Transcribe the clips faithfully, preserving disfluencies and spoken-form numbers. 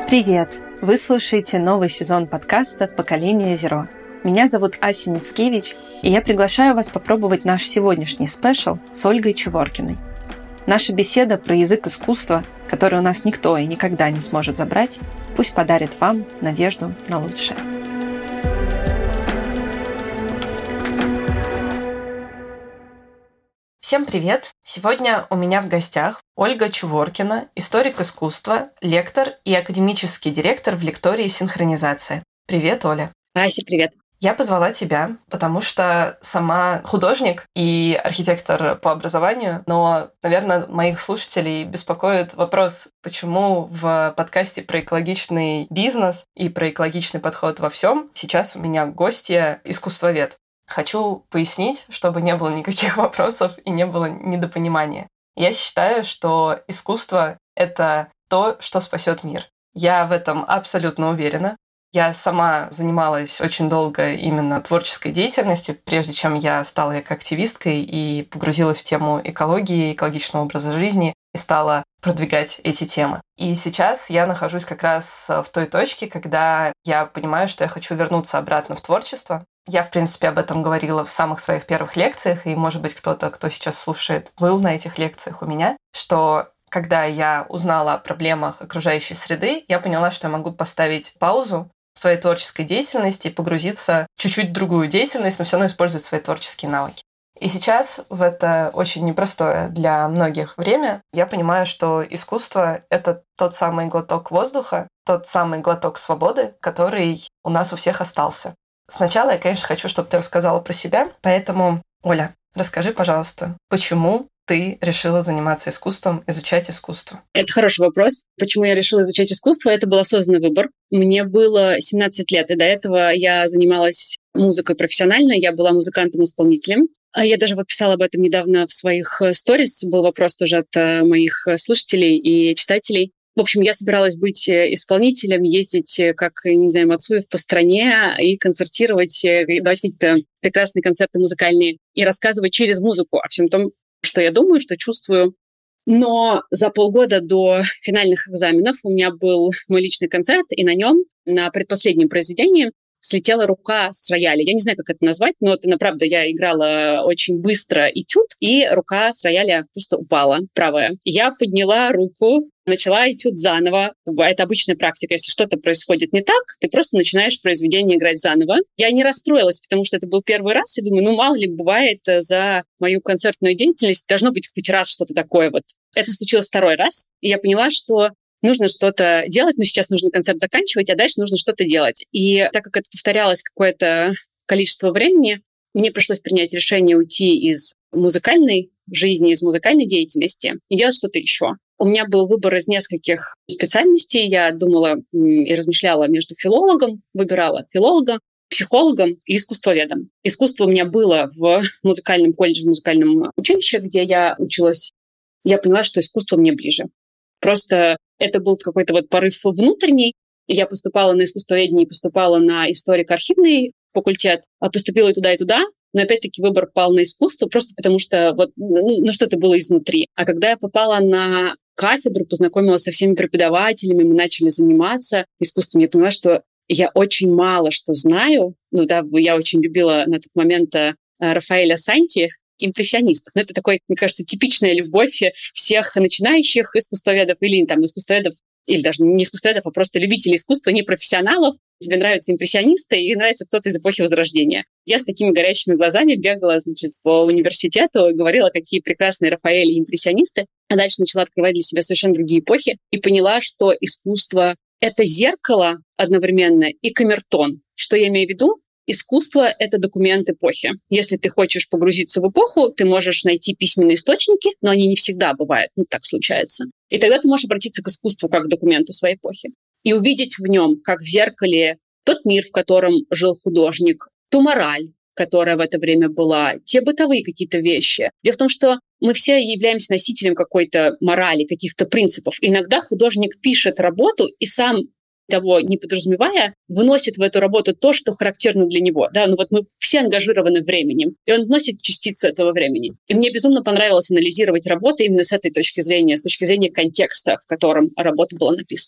Привет! Вы слушаете новый сезон подкаста «Поколение Зеро». Меня зовут Ася Мицкевич, и я приглашаю вас попробовать наш сегодняшний спешл с Ольгой Чуворкиной. Наша беседа про язык искусства, который у нас никто и никогда не сможет забрать, пусть подарит вам надежду на лучшее. Всем привет! Сегодня у меня в гостях Ольга Чуворкина, историк искусства, лектор и академический директор в лектории «Синхронизация». Привет, Оля! Ася, привет! Я позвала тебя, потому что сама художник и архитектор по образованию, но, наверное, моих слушателей беспокоит вопрос, почему в подкасте про экологичный бизнес и про экологичный подход во всем сейчас у меня гостья искусствовед. Хочу пояснить, чтобы не было никаких вопросов и не было недопонимания. Я считаю, что искусство — это то, что спасет мир. Я в этом абсолютно уверена. Я сама занималась очень долго именно творческой деятельностью, прежде чем я стала экоактивисткой и погрузилась в тему экологии, экологичного образа жизни и стала продвигать эти темы. И сейчас я нахожусь как раз в той точке, когда я понимаю, что я хочу вернуться обратно в творчество. Я, в принципе, об этом говорила в самых своих первых лекциях, и, может быть, кто-то, кто сейчас слушает, был на этих лекциях у меня, что когда я узнала о проблемах окружающей среды, я поняла, что я могу поставить паузу в своей творческой деятельности и погрузиться в чуть-чуть в другую деятельность, но все равно использовать свои творческие навыки. И сейчас, в это очень непростое для многих время, я понимаю, что искусство — это тот самый глоток воздуха, тот самый глоток свободы, который у нас у всех остался. Сначала я, конечно, хочу, чтобы ты рассказала про себя, поэтому, Оля, расскажи, пожалуйста, почему ты решила заниматься искусством, изучать искусство? Это хороший вопрос. Почему я решила изучать искусство? Это был осознанный выбор. Мне было семнадцать лет, и до этого я занималась музыкой профессионально. Я была музыкантом-исполнителем. Я даже вот писала об этом недавно в своих сторис. Был вопрос тоже от моих слушателей и читателей. В общем, я собиралась быть исполнителем, ездить, как, не знаю, Мацуев по стране и концертировать, давать какие-то прекрасные концерты музыкальные и рассказывать через музыку о всем том, что я думаю, что чувствую. Но за полгода до финальных экзаменов у меня был мой личный концерт, и на нем, на предпоследнем произведении, слетела рука с рояля. Я не знаю, как это назвать, но это, правда, я играла очень быстро этюд, и рука с рояля просто упала, правая. Я подняла руку, начала этюд заново. Это обычная практика. Если что-то происходит не так, ты просто начинаешь произведение играть заново. Я не расстроилась, потому что это был первый раз, и думаю, ну, мало ли, бывает за мою концертную деятельность должно быть хоть раз что-то такое вот. Это случилось второй раз, и я поняла, что нужно что-то делать, но сейчас нужно концерт заканчивать, а дальше нужно что-то делать. И так как это повторялось какое-то количество времени, мне пришлось принять решение уйти из музыкальной жизни, из музыкальной деятельности и делать что-то еще. У меня был выбор из нескольких специальностей. Я думала и размышляла между филологом, выбирала филолога, психологом и искусствоведом. Искусство у меня было в музыкальном колледже, в музыкальном училище, где я училась. Я поняла, что искусство мне ближе. Просто это был какой-то вот порыв внутренний. Я поступала на искусствоведение, поступала на историко-архивный факультет, поступила и туда, и туда. Но опять-таки выбор пал на искусство, просто потому что вот, ну, ну, что-то было изнутри. А когда я попала на кафедру, познакомилась со всеми преподавателями, мы начали заниматься искусством, я поняла, что я очень мало что знаю. Ну да, я очень любила на тот момент Рафаэля Санти, импрессионистов. Но это такой, мне кажется, типичная любовь всех начинающих искусствоведов или там искусствоведов, или даже не искусствоведов, а просто любителей искусства, не профессионалов. Тебе нравятся импрессионисты и нравится кто-то из эпохи Возрождения. Я с такими горящими глазами бегала, значит, по университету и говорила, какие прекрасные Рафаэли и импрессионисты. А дальше начала открывать для себя совершенно другие эпохи и поняла, что искусство — это зеркало одновременно и камертон. Что я имею в виду? Искусство — это документ эпохи. Если ты хочешь погрузиться в эпоху, ты можешь найти письменные источники, но они не всегда бывают, ну так случается. И тогда ты можешь обратиться к искусству как к документу своей эпохи и увидеть в нем, как в зеркале, тот мир, в котором жил художник, ту мораль, которая в это время была, те бытовые какие-то вещи. Дело в том, что мы все являемся носителем какой-то морали, каких-то принципов. Иногда художник пишет работу и сам, того не подразумевая, вносит в эту работу то, что характерно для него. Да? Ну вот мы все ангажированы временем, и он вносит частицу этого времени. И мне безумно понравилось анализировать работу именно с этой точки зрения, с точки зрения контекста, в котором работа была написана.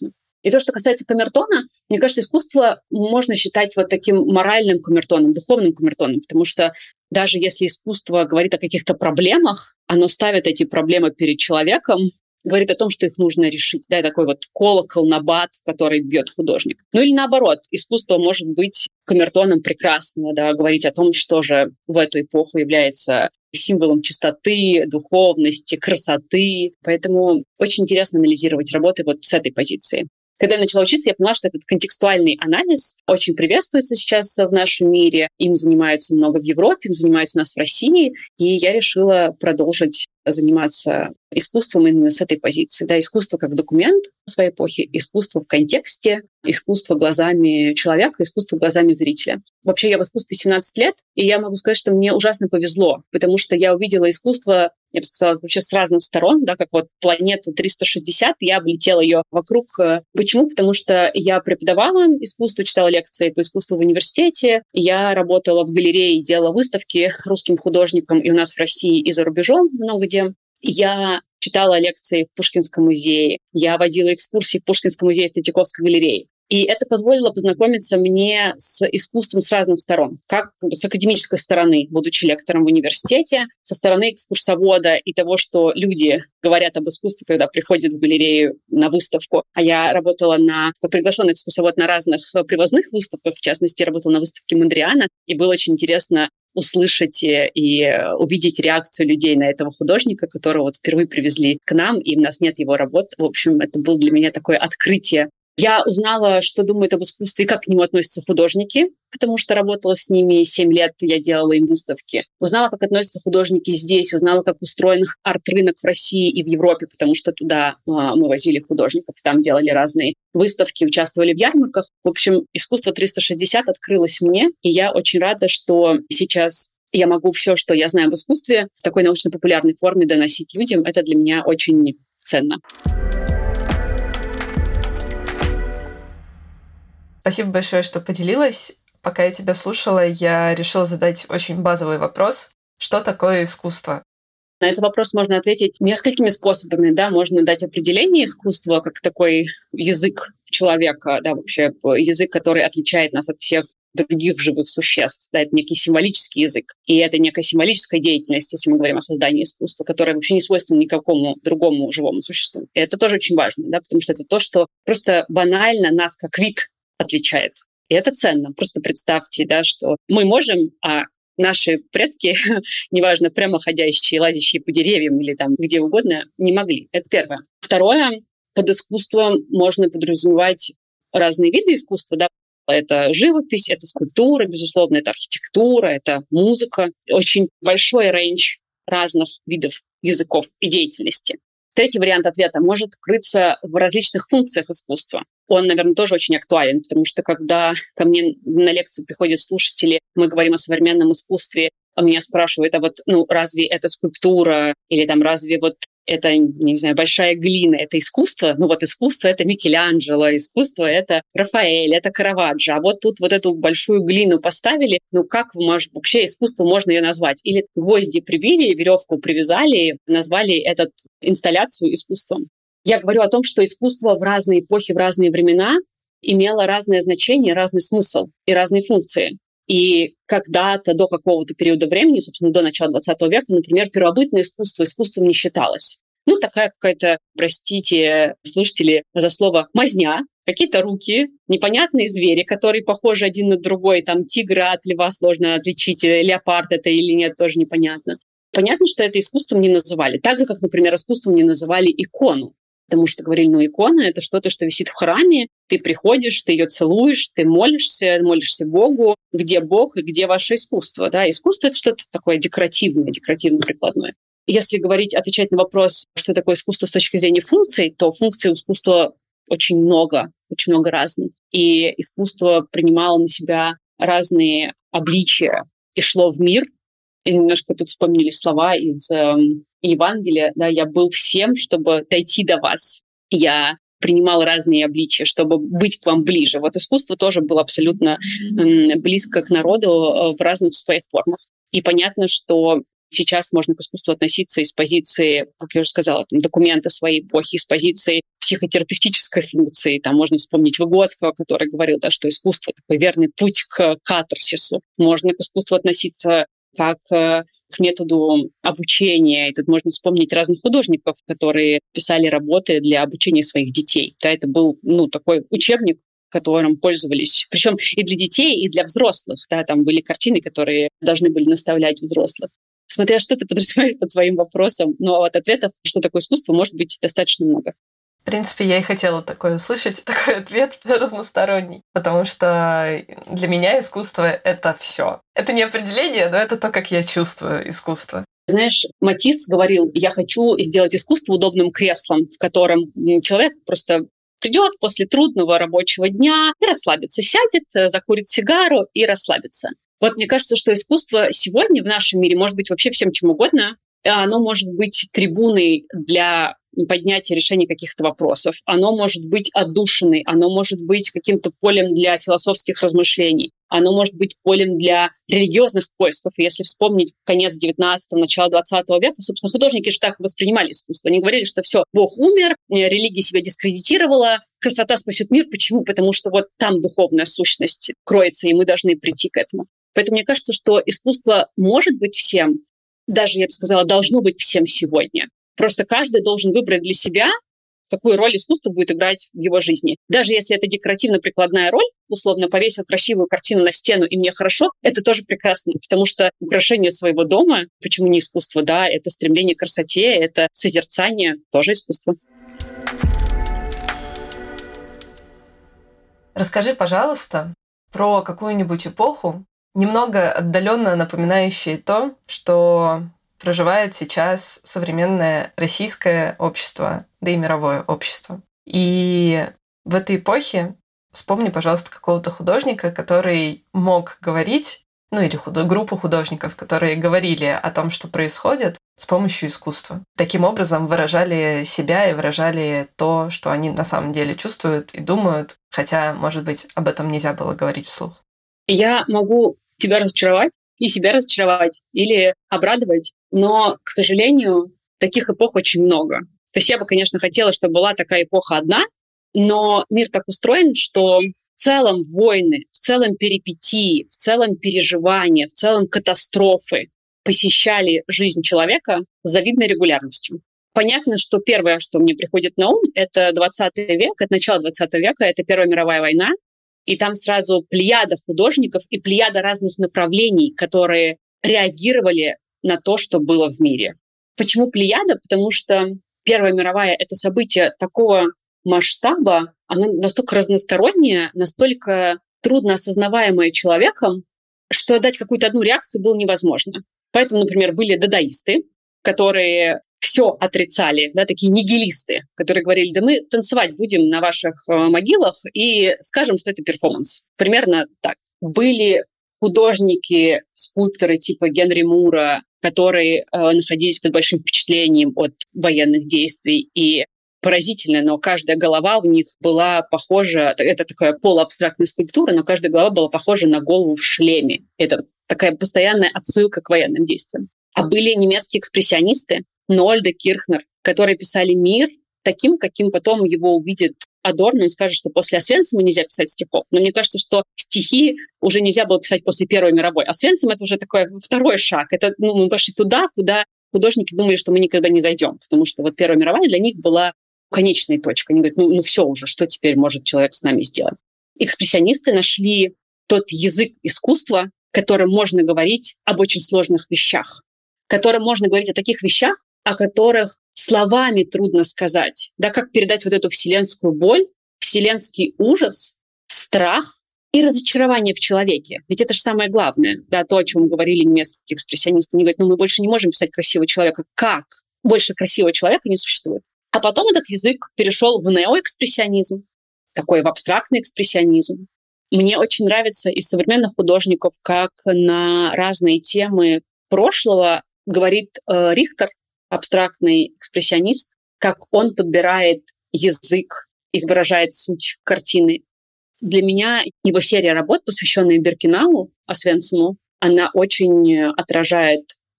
И то, что касается камертона, мне кажется, искусство можно считать вот таким моральным камертоном, духовным камертоном, потому что даже если искусство говорит о каких-то проблемах, оно ставит эти проблемы перед человеком, говорит о том, что их нужно решить. Да, такой вот колокол, набат, в который бьет художник. Ну или наоборот, искусство может быть камертоном прекрасного, да, говорить о том, что же в эту эпоху является символом чистоты, духовности, красоты. Поэтому очень интересно анализировать работы вот с этой позиции. Когда я начала учиться, я поняла, что этот контекстуальный анализ очень приветствуется сейчас в нашем мире. Им занимаются много в Европе, им занимаются у нас в России. И я решила продолжить заниматься искусством именно с этой позиции. Да, искусство как документ своей эпохи, искусство в контексте, искусство глазами человека, искусство глазами зрителя. Вообще я в искусстве семнадцать лет, и я могу сказать, что мне ужасно повезло, потому что я увидела искусство, я бы сказала, вообще с разных сторон, да, как вот планету триста шестьдесят, я облетела ее вокруг. Почему? Потому что я преподавала искусство, читала лекции по искусству в университете, я работала в галерее, делала выставки русским художникам и у нас в России, и за рубежом много где. Я читала лекции в Пушкинском музее, я водила экскурсии в Пушкинском музее, в Третьяковской галерее. И это позволило познакомиться мне с искусством с разных сторон. Как с академической стороны, будучи лектором в университете, со стороны экскурсовода и того, что люди говорят об искусстве, когда приходят в галерею на выставку. А я работала на, как приглашенный экскурсовод на разных привозных выставках, в частности, работала на выставке Мондриана, и было очень интересно услышать и увидеть реакцию людей на этого художника, которого вот впервые привезли к нам, и у нас нет его работ. В общем, это было для меня такое открытие. Я узнала, что думают об искусстве и как к нему относятся художники, потому что работала с ними семь лет, я делала им выставки. Узнала, как относятся художники здесь, узнала, как устроен арт-рынок в России и в Европе, потому что туда а, мы возили художников, там делали разные выставки, участвовали в ярмарках. В общем, искусство триста шестьдесят открылось мне, и я очень рада, что сейчас я могу все, что я знаю об искусстве, в такой научно-популярной форме доносить людям. Это для меня очень ценно. Спасибо большое, что поделилась. Пока я тебя слушала, я решила задать очень базовый вопрос. Что такое искусство? На этот вопрос можно ответить несколькими способами. Да? Можно дать определение искусства как такой язык человека, да, вообще язык, который отличает нас от всех других живых существ. Да, это некий символический язык. И это некая символическая деятельность, если мы говорим о создании искусства, которая вообще не свойственна никакому другому живому существу. И это тоже очень важно, да, потому что это то, что просто банально нас как вид отличает. И это ценно. Просто представьте, да, что мы можем, а наши предки, неважно, прямоходящие, лазящие по деревьям или там где угодно, не могли. Это первое. Второе, под искусством можно подразумевать разные виды искусства. Да? Это живопись, это скульптура, безусловно, это архитектура, это музыка. Очень большой рейндж разных видов языков и деятельности. Третий вариант ответа может крыться в различных функциях искусства. Он, наверное, тоже очень актуален, потому что когда ко мне на лекцию приходят слушатели, мы говорим о современном искусстве, а меня спрашивают, а вот, ну, разве это скульптура или там разве вот это, не знаю, большая глина, это искусство? Ну вот искусство — это Микеланджело, искусство — это Рафаэль, это Караваджо. А вот тут вот эту большую глину поставили, ну как вы можете, вообще искусство можно ее назвать? Или гвозди прибили, веревку привязали, назвали эту инсталляцию искусством. Я говорю о том, что искусство в разные эпохи, в разные времена имело разное значение, разный смысл и разные функции. И когда-то до какого-то периода времени, собственно, до начала двадцатого века, например, первобытное искусство искусством не считалось. Ну, такая какая-то, простите, слушатели, за слово «мазня», какие-то руки, непонятные звери, которые похожи один на другой, там тигра от льва сложно отличить, леопард это или нет, тоже непонятно. Понятно, что это искусством не называли. Так же, как, например, искусством не называли икону. Потому что говорили, ну, икона — это что-то, что висит в храме, ты приходишь, ты ее целуешь, ты молишься, молишься Богу, где Бог и где ваше искусство. Да? Искусство — это что-то такое декоративное, декоративно-прикладное. Если говорить, отвечать на вопрос, что такое искусство с точки зрения функций, то функций искусства очень много, очень много разных. И искусство принимало на себя разные обличия и шло в мир. И немножко тут вспомнили слова из э, Евангелия. Да, «Я был всем, чтобы дойти до вас». Я принимал разные обличия, чтобы быть к вам ближе. Вот искусство тоже было абсолютно э, близко к народу э, в разных своих формах. И понятно, что Сейчас можно к искусству относиться из позиции, как я уже сказала, там, документа своей эпохи, из позиции психотерапевтической функции. Там можно вспомнить Выгодского, который говорил, да, что искусство — такой верный путь к катарсису. Можно к искусству относиться как к методу обучения. И тут можно вспомнить разных художников, которые писали работы для обучения своих детей. Да, это был ну, такой учебник, которым пользовались. Причем и для детей, и для взрослых. Да, там были картины, которые должны были наставлять взрослых. Смотря что ты подразумеваешь под своим вопросом, но вот ответов, что такое искусство, может быть достаточно много. В принципе, я и хотела такое услышать, такой ответ разносторонний, потому что для меня искусство — это все. Это не определение, но это то, как я чувствую искусство. Знаешь, Матисс говорил: я хочу сделать искусство удобным креслом, в котором человек просто придет после трудного рабочего дня и расслабится, сядет, закурит сигару и расслабится. Вот мне кажется, что искусство сегодня в нашем мире может быть вообще всем чем угодно. Оно может быть трибуной для поднятия решения каких-то вопросов. Оно может быть отдушиной, оно может быть каким-то полем для философских размышлений. Оно может быть полем для религиозных поисков. И если вспомнить конец девятнадцатого, начало двадцатого века, собственно, художники же так воспринимали искусство. Они говорили, что все, Бог умер, религия себя дискредитировала, красота спасет мир. Почему? Потому что вот там духовная сущность кроется, и мы должны прийти к этому. Поэтому мне кажется, что искусство может быть всем, даже, я бы сказала, должно быть всем сегодня. Просто каждый должен выбрать для себя, какую роль искусство будет играть в его жизни. Даже если это декоративно-прикладная роль, условно повесил красивую картину на стену, и мне хорошо, это тоже прекрасно, потому что украшение своего дома, почему не искусство, да, это стремление к красоте, это созерцание, тоже искусство. Расскажи, пожалуйста, про какую-нибудь эпоху, немного отдаленно напоминающую то, что проживает сейчас современное российское общество, да и мировое общество. И в этой эпохе вспомни, пожалуйста, какого-то художника, который мог говорить, ну или худо- группу художников, которые говорили о том, что происходит, с помощью искусства. Таким образом выражали себя и выражали то, что они на самом деле чувствуют и думают, хотя, может быть, об этом нельзя было говорить вслух. Я могу тебя разочаровать и себя разочаровать или обрадовать, но, к сожалению, таких эпох очень много. То есть я бы, конечно, хотела, чтобы была такая эпоха одна, но мир так устроен, что в целом войны, в целом перипетии, в целом переживания, в целом катастрофы посещали жизнь человека с завидной регулярностью. Понятно, что первое, что мне приходит на ум, это двадцатый век, это начало двадцатого века, это Первая мировая война, и там сразу плеяда художников и плеяда разных направлений, которые реагировали на то, что было в мире. Почему плеяда? Потому что Первая мировая — это событие такого масштаба, оно настолько разностороннее, настолько трудно осознаваемое человеком, что дать какую-то одну реакцию было невозможно. Поэтому, например, были дадаисты, которые все отрицали, да, такие нигилисты, которые говорили: да мы танцевать будем на ваших э, могилах и скажем, что это перформанс. Примерно так. Были художники, скульпторы типа Генри Мура, которые э, находились под большим впечатлением от военных действий. И поразительно, но каждая голова у них была похожа, это такая полуабстрактная скульптура, но каждая голова была похожа на голову в шлеме. Это такая постоянная отсылка к военным действиям. А были немецкие экспрессионисты, Нольде, Кирхнер, которые писали мир таким, каким потом его увидит Адорно. Он скажет, что после Освенцима нельзя писать стихов. Но мне кажется, что стихи уже нельзя было писать после Первой мировой. Освенцим — это уже такой второй шаг. Это, ну, мы пошли туда, куда художники думали, что мы никогда не зайдем. Потому что вот Первая мировая для них была конечной точкой. Они говорят: ну, ну все уже, что теперь может человек с нами сделать? Экспрессионисты нашли тот язык искусства, которым можно говорить об очень сложных вещах, которым можно говорить о таких вещах, о которых словами трудно сказать. Да, как передать вот эту вселенскую боль, вселенский ужас, страх и разочарование в человеке. Ведь это же самое главное, да, то, о чем говорили немецкие экспрессионисты. Они говорят: ну мы больше не можем писать красивого человека. Как? Больше красивого человека не существует. А потом этот язык перешел в неоэкспрессионизм, такой в абстрактный экспрессионизм. Мне очень нравится из современных художников, как на разные темы прошлого говорит э, Рихтер, абстрактный экспрессионист, как он подбирает язык и выражает суть картины. Для меня его серия работ, посвященная Биркенау, Освенциму, она очень отражает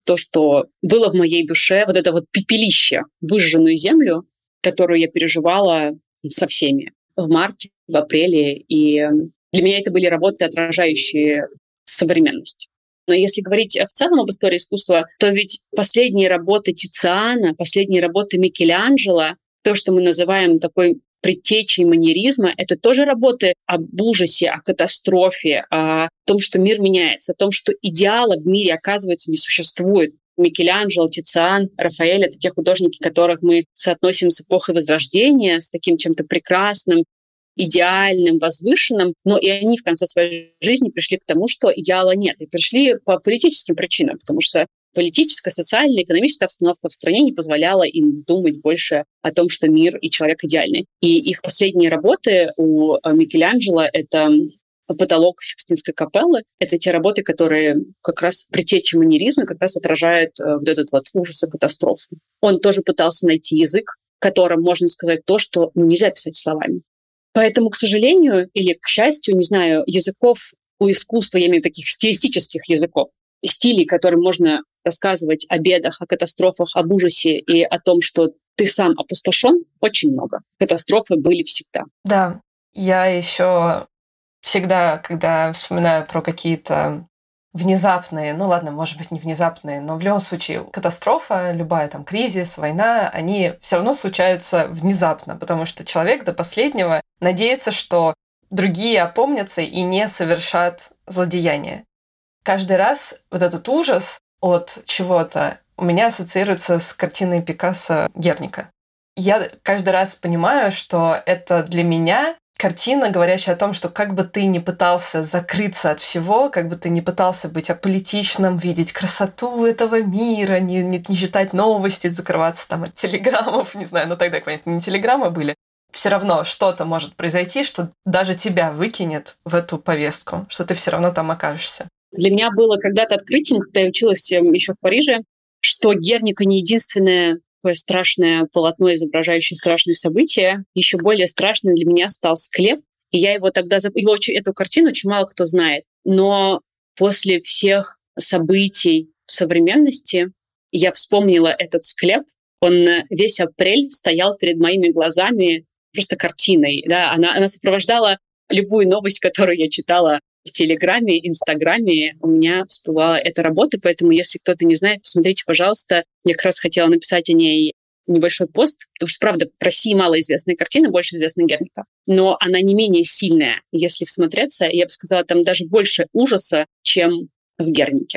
то, что было в моей душе, вот это вот пепелище, выжженную землю, которую я переживала со всеми в марте, в апреле. И для меня это были работы, отражающие современность. Но если говорить в целом об истории искусства, то ведь последние работы Тициана, последние работы Микеланджело, то, что мы называем такой предтечей маньеризма, это тоже работы об ужасе, о катастрофе, о том, что мир меняется, о том, что идеала в мире, оказывается, не существует. Микеланджело, Тициан, Рафаэль — это те художники, которых мы соотносим с эпохой Возрождения, с таким чем-то прекрасным, идеальным, возвышенным, но и они в конце своей жизни пришли к тому, что идеала нет. И пришли по политическим причинам, потому что политическая, социальная, экономическая обстановка в стране не позволяла им думать больше о том, что мир и человек идеальны. И их последние работы у Микеланджело — это потолок Сикстинской капеллы. Это те работы, которые как раз предтечи маньеризма, как раз отражают вот этот вот ужас и катастрофу. Он тоже пытался найти язык, которым можно сказать то, что ну, нельзя писать словами. Поэтому, к сожалению, или к счастью, не знаю, языков у искусства, я имею в виду таких стилистических языков, стилей, которым можно рассказывать о бедах, о катастрофах, об ужасе и о том, что ты сам опустошен, очень много. Катастрофы были всегда. Да, я еще всегда, когда вспоминаю про какие-то внезапные, ну ладно, может быть, не внезапные, но в любом случае катастрофа, любая там кризис, война, они все равно случаются внезапно, потому что человек до последнего надеется, что другие опомнятся и не совершат злодеяния. Каждый раз вот этот ужас от чего-то у меня ассоциируется с картиной Пикассо «Герника». Я каждый раз понимаю, что это для меня картина, говорящая о том, что как бы ты ни пытался закрыться от всего, как бы ты ни пытался быть аполитичным, видеть красоту этого мира, не, не, не читать новости, закрываться там от телеграммов, не знаю, ну тогда, понятно, не телеграммы были, все равно что-то может произойти, что даже тебя выкинет в эту повестку, что ты все равно там окажешься. Для меня было когда-то открытием, когда я училась еще в Париже, что Герника не единственное такое страшное полотно, изображающее страшные события. Еще более страшным для меня стал «Склеп». И я его тогда... Его, эту картину очень мало кто знает. Но после всех событий в современности я вспомнила этот «Склеп». Он весь апрель стоял перед моими глазами просто картиной. Да? Она, она сопровождала любую новость, которую я читала в Телеграме, Инстаграме. У меня всплывала эта работа, поэтому, если кто-то не знает, посмотрите, пожалуйста. Я как раз хотела написать о ней небольшой пост, потому что, правда, в России малоизвестная картина, больше известна Герника. Но она не менее сильная. Если всмотреться, я бы сказала, там даже больше ужаса, чем в Гернике.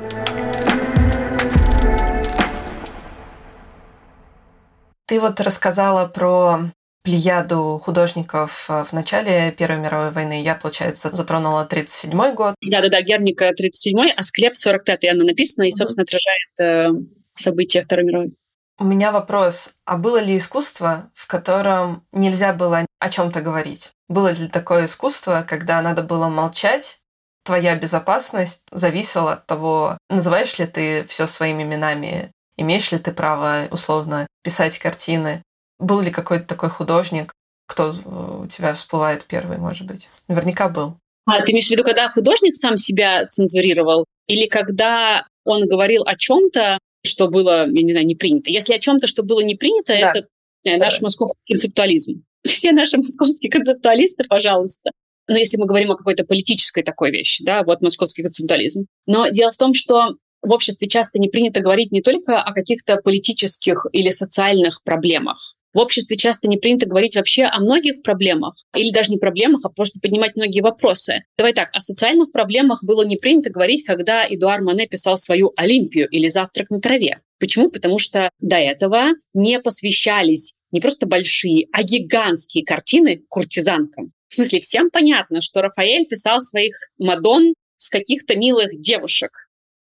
Ты вот рассказала про плеяду художников в начале Первой мировой войны. Я, получается, затронула тридцать седьмой год. Да-да-да, Герника тридцать седьмой, а «Склеп» сорок пятый. Она написана и, собственно, отражает э, события Второй мировой. У меня вопрос. А было ли искусство, в котором нельзя было о чем-то говорить? Было ли такое искусство, когда надо было молчать, твоя безопасность зависела от того, называешь ли ты все своими именами, имеешь ли ты право, условно, писать картины? Был ли какой-то такой художник, кто у тебя всплывает первый, может быть? Наверняка был. А ты имеешь в виду, когда художник сам себя цензурировал? Или когда он говорил о чем-то, что было, я не знаю, не принято? Если о чем-то, что было не принято, да. Это Второе. Наш московский концептуализм. Все наши московские концептуалисты, пожалуйста. Но если мы говорим о какой-то политической такой вещи, да, вот московский концептуализм. Но дело в том, что в обществе часто не принято говорить не только о каких-то политических или социальных проблемах. В обществе часто не принято говорить вообще о многих проблемах, или даже не проблемах, а просто поднимать многие вопросы. Давай так, о социальных проблемах было не принято говорить, когда Эдуар Моне писал свою «Олимпию» или «Завтрак на траве». Почему? Потому что до этого не посвящались не просто большие, а гигантские картины куртизанкам. В смысле, всем понятно, что Рафаэль писал своих Мадонн с каких-то милых девушек,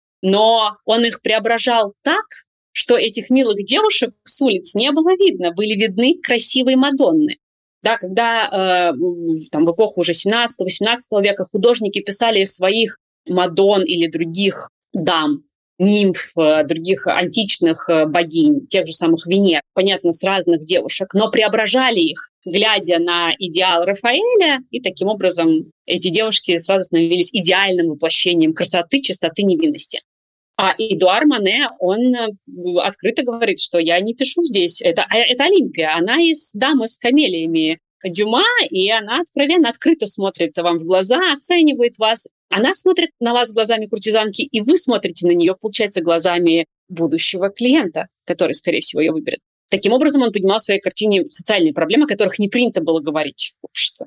но он их преображал так, что этих милых девушек с улиц не было видно, были видны красивые Мадонны. Да, когда э, там, в эпоху уже семнадцатого-восемнадцатого века художники писали своих Мадонн или других дам, нимф, других античных богинь, тех же самых Венер, понятно, с разных девушек, но преображали их, глядя на идеал Рафаэля, и таким образом эти девушки сразу становились идеальным воплощением красоты, чистоты, невинности. А Эдуар Мане, он открыто говорит, что я не пишу здесь. Это, это Олимпия, она из «Дамы с камелиями» Дюма, и она откровенно, открыто смотрит вам в глаза, оценивает вас. Она смотрит на вас глазами куртизанки, и вы смотрите на нее, получается, глазами будущего клиента, который, скорее всего, ее выберет. Таким образом, он поднимал в своей картине социальные проблемы, о которых не принято было говорить в обществе.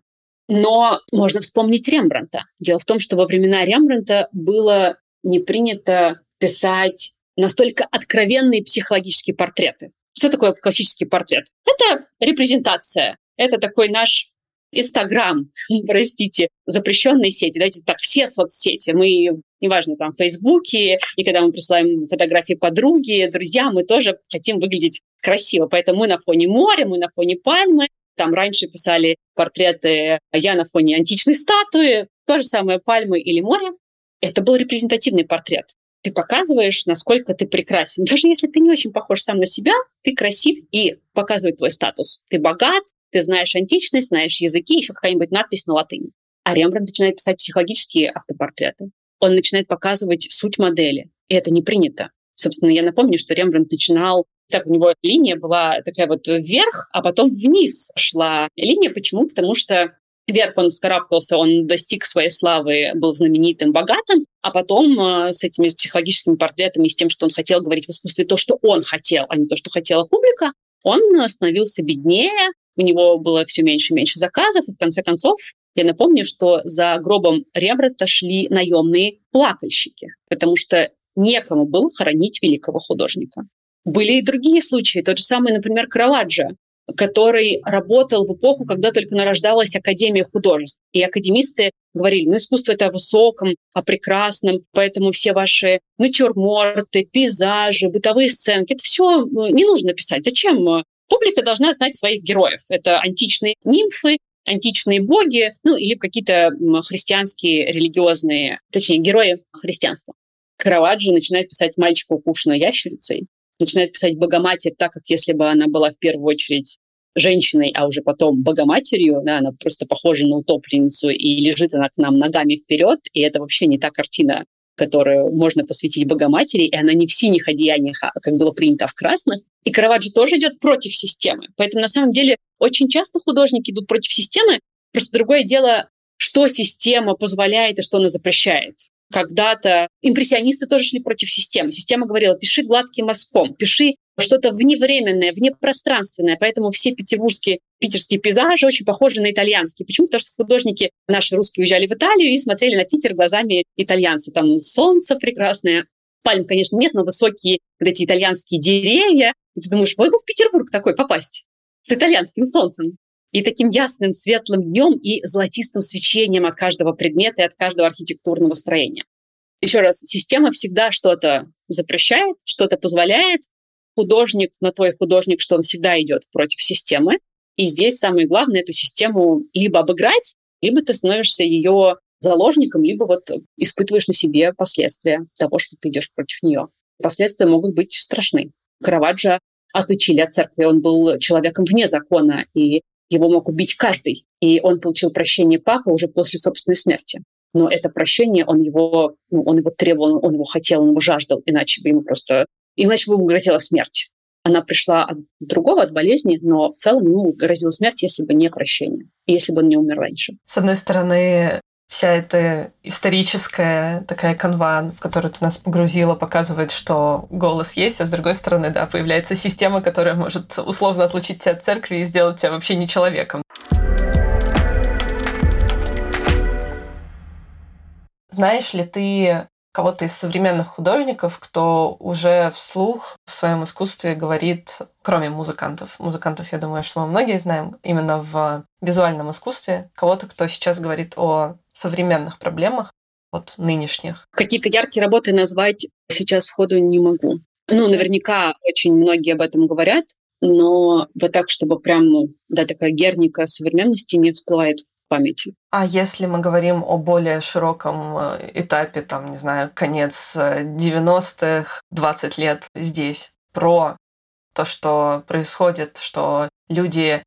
Но можно вспомнить Рембрандта. Дело в том, что во времена Рембрандта было не принято писать настолько откровенные психологические портреты. Что такое классический портрет? Это репрезентация. Это такой наш Инстаграм, простите, запрещенные сети. Давайте так, все соцсети. Мы, неважно, там, в Фейсбуке, и когда мы присылаем фотографии подруги, друзья, мы тоже хотим выглядеть красиво. Поэтому мы на фоне моря, мы на фоне пальмы. Там раньше писали портреты «Я на фоне античной статуи». То же самое пальмы или море. Это был репрезентативный портрет. Ты показываешь, насколько ты прекрасен. Даже если ты не очень похож сам на себя, ты красив и показывает твой статус. Ты богат, ты знаешь античность, знаешь языки, еще какая-нибудь надпись на латыни. А Рембрандт начинает писать психологические автопортреты. Он начинает показывать суть модели. И это не принято. Собственно, я напомню, что Рембрандт начинал... Так, у него линия была такая вот вверх, а потом вниз шла линия. Почему? Потому что вверх он вскарабкался, он достиг своей славы, был знаменитым, богатым, а потом э, с этими психологическими портретами, с тем, что он хотел говорить в искусстве то, что он хотел, а не то, что хотела публика, он становился беднее, у него было все меньше и меньше заказов, и в конце концов, я напомню, что за гробом Рембрандта шли наемные плакальщики, потому что некому было хоронить великого художника. Были и другие случаи, тот же самый, например, Караваджо, который работал в эпоху, когда только нарождалась Академия художеств. И академисты говорили, ну, искусство — это о высоком, о прекрасном, поэтому все ваши натюрморты, пейзажи, бытовые сценки — это все не нужно писать. Зачем? Публика должна знать своих героев. Это античные нимфы, античные боги, ну, или какие-то христианские, религиозные, точнее, герои христианства. Караваджо начинает писать мальчика, укушенного ящерицей, начинает писать Богоматерь так, как если бы она была в первую очередь женщиной, а уже потом Богоматерью. Да, она просто похожа на утопленницу, и лежит она к нам ногами вперед, и это вообще не та картина, которую можно посвятить Богоматери, и она не в синих одеяниях, а как было принято, а в красных. И Караваджо тоже идет против системы. Поэтому на самом деле очень часто художники идут против системы. Просто другое дело, что система позволяет и что она запрещает. Когда-то импрессионисты тоже шли против системы. Система говорила, пиши гладким мазком, пиши что-то вневременное, внепространственное. Поэтому все петербургские, питерские пейзажи очень похожи на итальянские. Почему? Потому что художники наши русские уезжали в Италию и смотрели на Питер глазами итальянца. Там солнце прекрасное. Пальм, конечно, нет, но высокие вот эти итальянские деревья. И ты думаешь, вот бы в Петербург такой попасть с итальянским солнцем. И таким ясным, светлым днем и золотистым свечением от каждого предмета и от каждого архитектурного строения. Еще раз, система всегда что-то запрещает, что-то позволяет. Художник, на твой художник, что он всегда идет против системы. И здесь самое главное — эту систему либо обыграть, либо ты становишься ее заложником, либо вот испытываешь на себе последствия того, что ты идешь против нее. Последствия могут быть страшны. Караваджо отлучили от церкви, он был человеком вне закона, и его мог убить каждый. И он получил прощение папы уже после собственной смерти. Но это прощение, он его, ну, он его требовал, он его хотел, он его жаждал, иначе бы ему просто... Иначе бы ему грозила смерть. Она пришла от другого, от болезни, но в целом ему грозила смерть, если бы не прощение, и если бы он не умер раньше. С одной стороны, вся эта историческая такая канва, в которую ты нас погрузила, показывает, что голос есть, а с другой стороны, да, появляется система, которая может условно отлучить тебя от церкви и сделать тебя вообще не человеком. Знаешь ли ты кого-то из современных художников, кто уже вслух в своем искусстве говорит, кроме музыкантов? Музыкантов, я думаю, что мы многие знаем именно в визуальном искусстве. Кого-то, кто сейчас говорит о современных проблемах, вот нынешних. Какие-то яркие работы назвать сейчас сходу не могу. Ну, наверняка очень многие об этом говорят, но вот так, чтобы прям, ну, да, такая Герника современности не всплывает в памяти. А если мы говорим о более широком этапе, там, не знаю, конец девяностых, двадцать лет здесь, про то, что происходит, что люди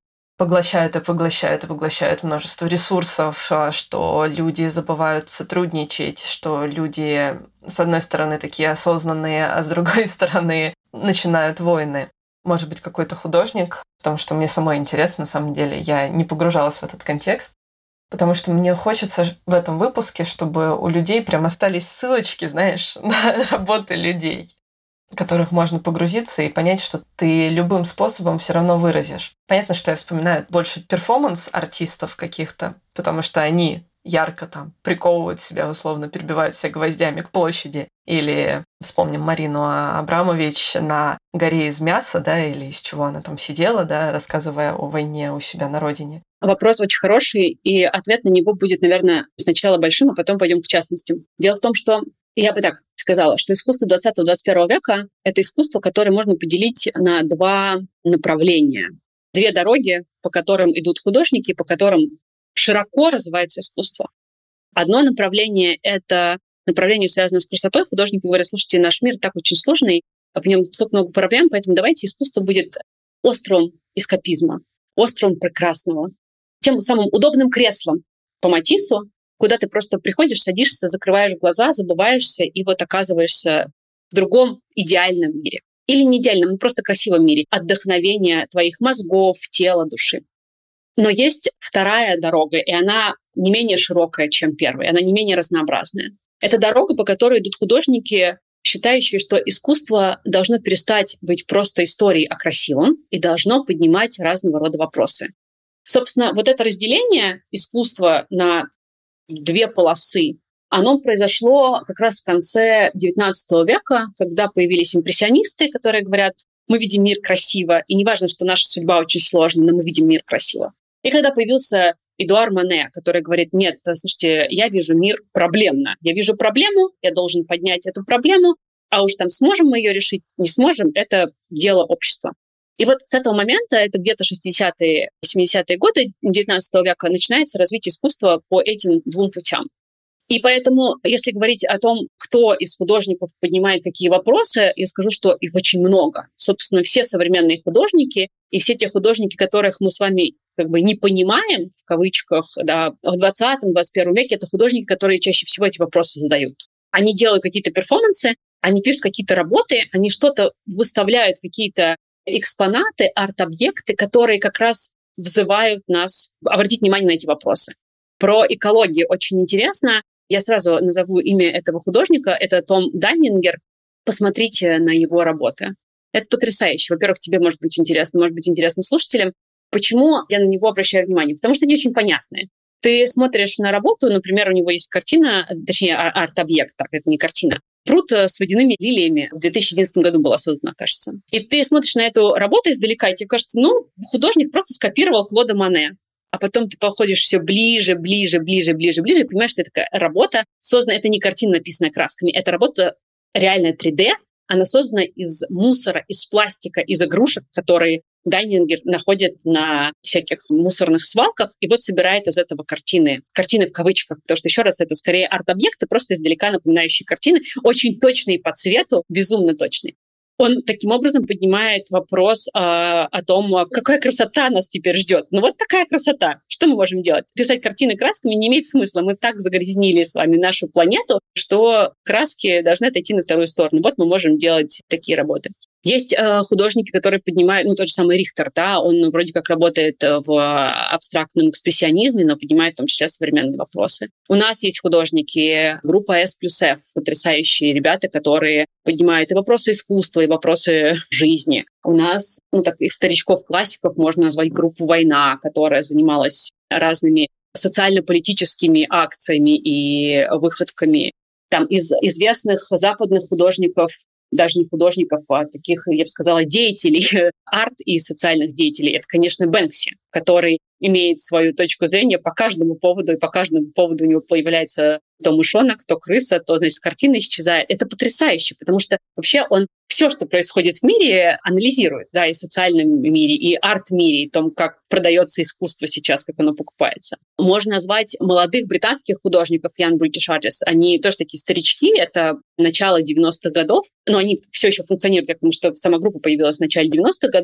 поглощают и поглощают и поглощают множество ресурсов, что люди забывают сотрудничать, что люди, с одной стороны, такие осознанные, а с другой стороны, начинают войны. Может быть, какой-то художник, потому что мне самой интересно, на самом деле, я не погружалась в этот контекст, потому что мне хочется в этом выпуске, чтобы у людей прям остались ссылочки, знаешь, на работы людей, в которых можно погрузиться и понять, что ты любым способом все равно выразишь. Понятно, что я вспоминаю больше перформанс-артистов каких-то, потому что они ярко там приковывают себя, условно, перебивают себя гвоздями к площади. Или вспомним Марину Абрамович на «Горе из мяса», да, или из чего она там сидела, да, рассказывая о войне у себя на родине. Вопрос очень хороший, и ответ на него будет, наверное, сначала большим, а потом пойдем к частностям. Дело в том, что я бы так сказала, что искусство двадцатого-двадцать первого века — это искусство, которое можно поделить на два направления. Две дороги, по которым идут художники, по которым широко развивается искусство. Одно направление — это направление, связанное с красотой. Художники говорят: слушайте, наш мир так очень сложный, а в нем столько много проблем, поэтому давайте искусство будет островом эскапизма, островом прекрасного, тем самым удобным креслом по Матиссу, куда ты просто приходишь, садишься, закрываешь глаза, забываешься и вот оказываешься в другом идеальном мире. Или не идеальном, но просто красивом мире. Отдохновение твоих мозгов, тела, души. Но есть вторая дорога, и она не менее широкая, чем первая, она не менее разнообразная. Это дорога, по которой идут художники, считающие, что искусство должно перестать быть просто историей о красивом и должно поднимать разного рода вопросы. Собственно, вот это разделение искусства на две полосы, оно произошло как раз в конце девятнадцатого века, когда появились импрессионисты, которые говорят: мы видим мир красиво, и неважно, что наша судьба очень сложная, но мы видим мир красиво. И когда появился Эдуар Моне, который говорит: нет, слушайте, я вижу мир проблемно. Я вижу проблему, я должен поднять эту проблему, а уж там сможем мы ее решить, не сможем, это дело общества. И вот с этого момента, это где-то шестидесятые, семидесятые годы девятнадцатого века, начинается развитие искусства по этим двум путям. И поэтому, если говорить о том, кто из художников поднимает какие вопросы, я скажу, что их очень много. Собственно, все современные художники и все те художники, которых мы с вами как бы не понимаем, в кавычках, да, в двадцатом-двадцать первом веке, это художники, которые чаще всего эти вопросы задают. Они делают какие-то перформансы, они пишут какие-то работы, они что-то выставляют, какие-то экспонаты, арт-объекты, которые как раз взывают нас обратить внимание на эти вопросы. Про экологию очень интересно. Я сразу назову имя этого художника. Это Том Даннингер. Посмотрите на его работы. Это потрясающе. Во-первых, тебе может быть интересно, может быть интересно слушателям. Почему я на него обращаю внимание? Потому что они очень понятные. Ты смотришь на работу, например, у него есть картина, точнее, арт-объект, так, это не картина. Пруд с водяными лилиями в две тысячи одиннадцатом году была создана, кажется. И ты смотришь на эту работу издалека, и тебе кажется, ну, художник просто скопировал Клода Моне. А потом ты походишь все ближе, ближе, ближе, ближе, ближе, и понимаешь, что это такая работа создана, это не картина, написанная красками, это работа реальная три дэ, она создана из мусора, из пластика, из игрушек, которые Даннингер находит на всяких мусорных свалках, и вот собирает из этого картины. Картины в кавычках, потому что, еще раз, это скорее арт-объекты, просто издалека напоминающие картины, очень точные по цвету, безумно точные. Он таким образом поднимает вопрос э, о том, какая красота нас теперь ждет. Ну вот такая красота. Что мы можем делать? Писать картины красками не имеет смысла. Мы так загрязнили с вами нашу планету, что краски должны отойти на вторую сторону. Вот мы можем делать такие работы. Есть э, художники, которые поднимают, ну, тот же самый Рихтер, да, он вроде как работает в абстрактном экспрессионизме, но поднимает в том числе современные вопросы. У нас есть художники, группа S плюс F, потрясающие ребята, которые поднимают и вопросы искусства, и вопросы жизни. У нас, ну, так, их старичков-классиков можно назвать группу «Война», которая занималась разными социально-политическими акциями и выходками. Там из известных западных художников, даже не художников, а таких, я бы сказала, деятелей, арт и социальных деятелей. Это, конечно, Бэнкси, который имеет свою точку зрения по каждому поводу, и по каждому поводу у него появляется то мышонок, то крыса, то, значит, картина исчезает. Это потрясающе, потому что вообще он все, что происходит в мире, анализирует, да, и в социальном мире, и арт-мире, и том, как продается искусство сейчас, как оно покупается. Можно назвать молодых британских художников, Young British Artists, они тоже такие старички, это начало девяностых годов, но они все еще функционируют, потому что сама группа появилась в начале девяностых годов.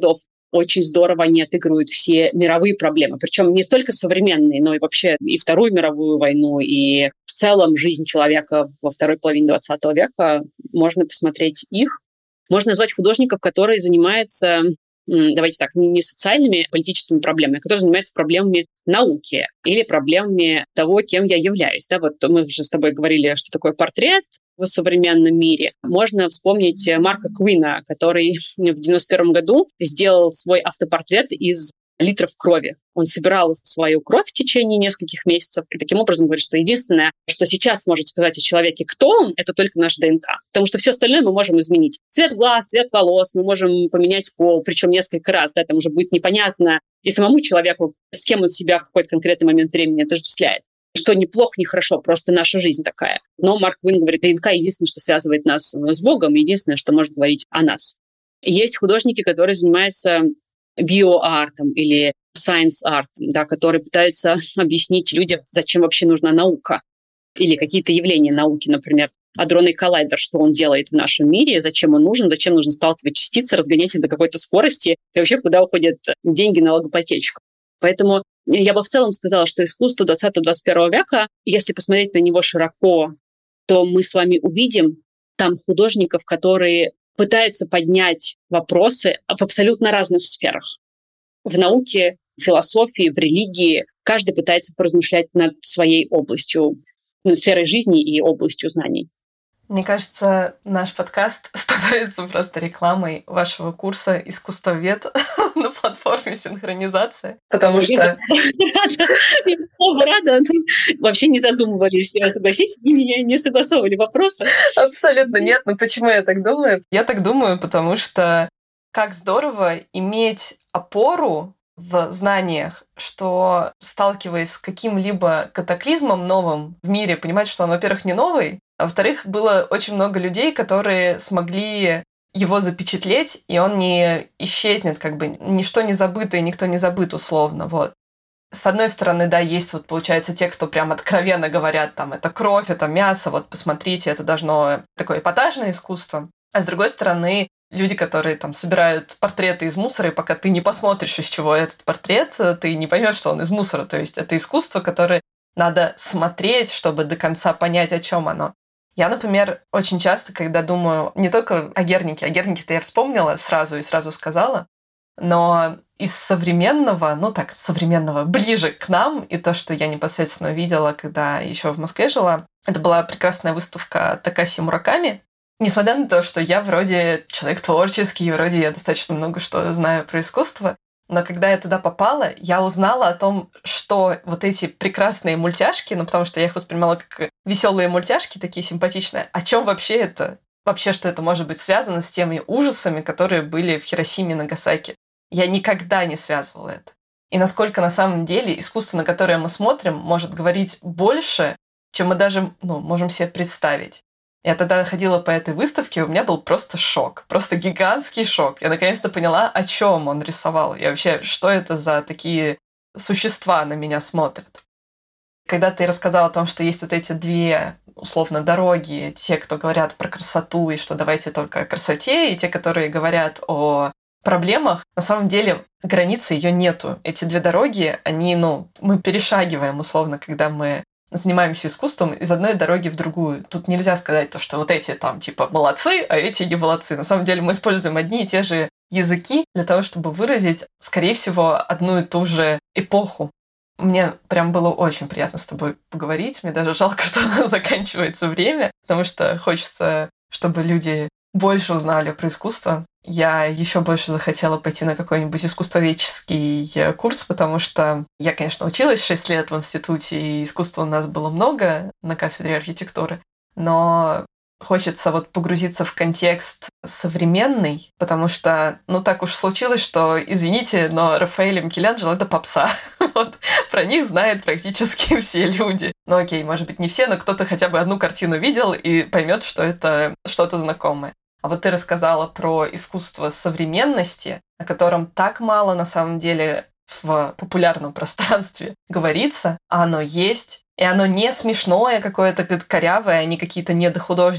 очень здорово они отыгрывают все мировые проблемы. Причем не столько современные, но и вообще и Вторую мировую войну, и в целом жизнь человека во второй половине двадцатого века. Можно посмотреть их. Можно назвать художников, которые занимаются, давайте так, не социальными, политическими проблемами, а которые занимаются проблемами науки или проблемами того, кем я являюсь. Да, вот мы уже с тобой говорили, что такое портрет в современном мире. Можно вспомнить Марка Куина, который в девяносто первом году сделал свой автопортрет из литров крови. Он собирал свою кровь в течение нескольких месяцев и таким образом говорит, что единственное, что сейчас может сказать о человеке, кто он, это только наш ДНК. Потому что все остальное мы можем изменить. Цвет глаз, цвет волос, мы можем поменять пол, причем несколько раз. Да, там уже будет непонятно и самому человеку, с кем он себя в какой-то конкретный момент времени отождествляет. Что неплохо, не хорошо, просто наша жизнь такая. Но Марк Куин говорит, ДНК единственное, что связывает нас с Богом, единственное, что может говорить о нас. Есть художники, которые занимаются биоартом или science-art, да, которые пытаются объяснить людям, зачем вообще нужна наука или какие-то явления науки, например, адронный коллайдер, что он делает в нашем мире, зачем он нужен, зачем нужно сталкивать частицы, разгонять их до какой-то скорости и вообще куда уходят деньги налогоплательщиков. Поэтому я бы в целом сказала, что искусство двадцатого-двадцать первого века, если посмотреть на него широко, то мы с вами увидим там художников, которые пытаются поднять вопросы в абсолютно разных сферах. В науке, в философии, в религии. Каждый пытается поразмышлять над своей областью, ну, сферой жизни и областью знаний. Мне кажется, наш подкаст становится просто рекламой вашего курса «Искусствовед» на платформе «Синхронизация». Потому что... Рада. Рада. Вообще не задумывались. Согласитесь, вы меня не согласовывали вопросы. Абсолютно нет. Но почему я так думаю? Я так думаю, потому что как здорово иметь опору в знаниях, что, сталкиваясь с каким-либо катаклизмом новым в мире, понимать, что он, во-первых, не новый, а во-вторых, было очень много людей, которые смогли его запечатлеть, и он не исчезнет, как бы ничто не забыто, и никто не забыт условно, вот. С одной стороны, да, есть вот, получается, те, кто прям откровенно говорят, там, это кровь, это мясо, вот, посмотрите, это должно такое эпатажное искусство. А с другой стороны, люди, которые там собирают портреты из мусора, и пока ты не посмотришь, из чего этот портрет, ты не поймешь, что он из мусора. То есть это искусство, которое надо смотреть, чтобы до конца понять, о чем оно. Я, например, очень часто, когда думаю не только о Гернике, о Гернике-то я вспомнила сразу и сразу сказала, но из современного, ну так, современного, ближе к нам, и то, что я непосредственно видела, когда еще в Москве жила, это была прекрасная выставка Такаси Мураками. Несмотря на то, что я вроде человек творческий, вроде я достаточно много что знаю про искусство, но когда я туда попала, я узнала о том, что вот эти прекрасные мультяшки, ну потому что я их воспринимала как веселые мультяшки, такие симпатичные, о чем вообще это? Вообще, что это может быть связано с теми ужасами, которые были в Хиросиме и Нагасаки. Я никогда не связывала это. И насколько на самом деле искусство, на которое мы смотрим, может говорить больше, чем мы даже ну, можем себе представить. Я тогда ходила по этой выставке, у меня был просто шок, просто гигантский шок. Я наконец-то поняла, о чем он рисовал, и вообще, что это за такие существа на меня смотрят. Когда ты рассказала о том, что есть вот эти две, условно, дороги, те, кто говорят про красоту, и что давайте только о красоте, и те, которые говорят о проблемах, на самом деле границы ее нету. Эти две дороги, они, ну, мы перешагиваем, условно, когда мы занимаемся искусством из одной дороги в другую. Тут нельзя сказать то, что вот эти там типа молодцы, а эти не молодцы. На самом деле мы используем одни и те же языки для того, чтобы выразить, скорее всего, одну и ту же эпоху. Мне прям было очень приятно с тобой поговорить. Мне даже жалко, что заканчивается время, потому что хочется, чтобы люди больше узнали про искусство. Я еще больше захотела пойти на какой-нибудь искусствоведческий курс, потому что я, конечно, училась шесть лет в институте, и искусства у нас было много на кафедре архитектуры, но хочется вот погрузиться в контекст современный, потому что, ну, так уж случилось, что, извините, но Рафаэль и Микеланджело — это попса. Вот про них знают практически все люди. Ну, окей, может быть, не все, но кто-то хотя бы одну картину видел и поймет, что это что-то знакомое. А вот ты рассказала про искусство современности, о котором так мало на самом деле в популярном пространстве говорится, а оно есть. И оно не смешное какое-то корявое, они какие-то недохудожники.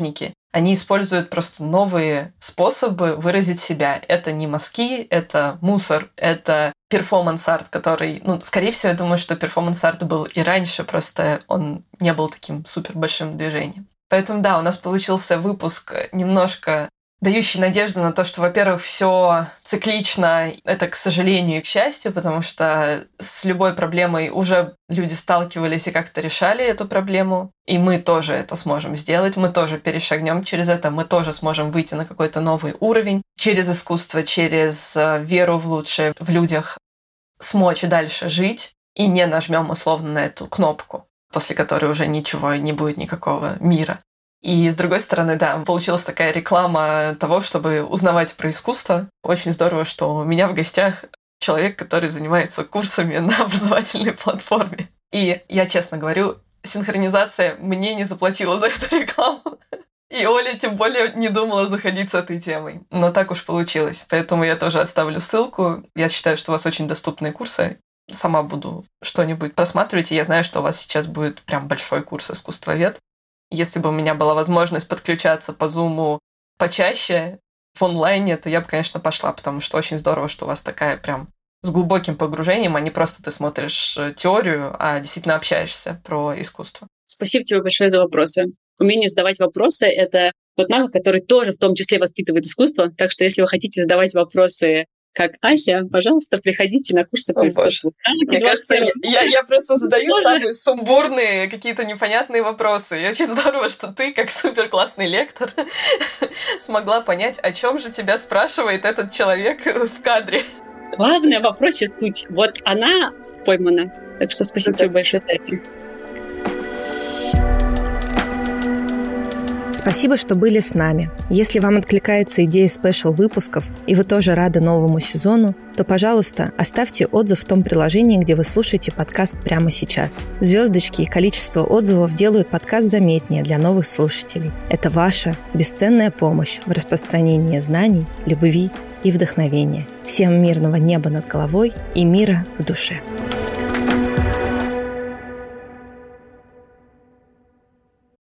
Они используют просто новые способы выразить себя. Это не мазки, это мусор, это перформанс-арт, который... Ну, скорее всего, я думаю, что перформанс-арт был и раньше, просто он не был таким супер большим движением. Поэтому, да, у нас получился выпуск немножко дающий надежду на то, что, во-первых, все циклично, это, к сожалению и к счастью, потому что с любой проблемой уже люди сталкивались и как-то решали эту проблему, и мы тоже это сможем сделать, мы тоже перешагнем через это, мы тоже сможем выйти на какой-то новый уровень через искусство, через веру в лучшее в людях, смочь дальше жить и не нажмем условно на эту кнопку, после которой уже ничего, не будет никакого мира. И, с другой стороны, да, получилась такая реклама того, чтобы узнавать про искусство. Очень здорово, что у меня в гостях человек, который занимается курсами на образовательной платформе. И я честно говорю, синхронизация мне не заплатила за эту рекламу. И Оля тем более не думала заходить с этой темой. Но так уж получилось. Поэтому я тоже оставлю ссылку. Я считаю, что у вас очень доступные курсы. Сама буду что-нибудь просматривать. И я знаю, что у вас сейчас будет прям большой курс искусствовед. Если бы у меня была возможность подключаться по Zoom почаще в онлайне, то я бы, конечно, пошла, потому что очень здорово, что у вас такая прям с глубоким погружением, а не просто ты смотришь теорию, а действительно общаешься про искусство. Спасибо тебе большое за вопросы. Умение задавать вопросы — это тот навык, который тоже в том числе воспитывает искусство. Так что если вы хотите задавать вопросы как Ася, пожалуйста, приходите на курсы по искусству. Мне кажется, я, я, я просто задаю самые сумбурные, какие-то непонятные вопросы. И очень здорово, что ты, как супер-классный лектор, смогла понять, о чем же тебя спрашивает этот человек в кадре. Главное в вопросе суть. Вот она поймана. Так что спасибо тебе большое за это. Спасибо, что были с нами. Если вам откликается идея спешл-выпусков, и вы тоже рады новому сезону, то, пожалуйста, оставьте отзыв в том приложении, где вы слушаете подкаст прямо сейчас. Звездочки и количество отзывов делают подкаст заметнее для новых слушателей. Это ваша бесценная помощь в распространении знаний, любви и вдохновения. Всем мирного неба над головой и мира в душе.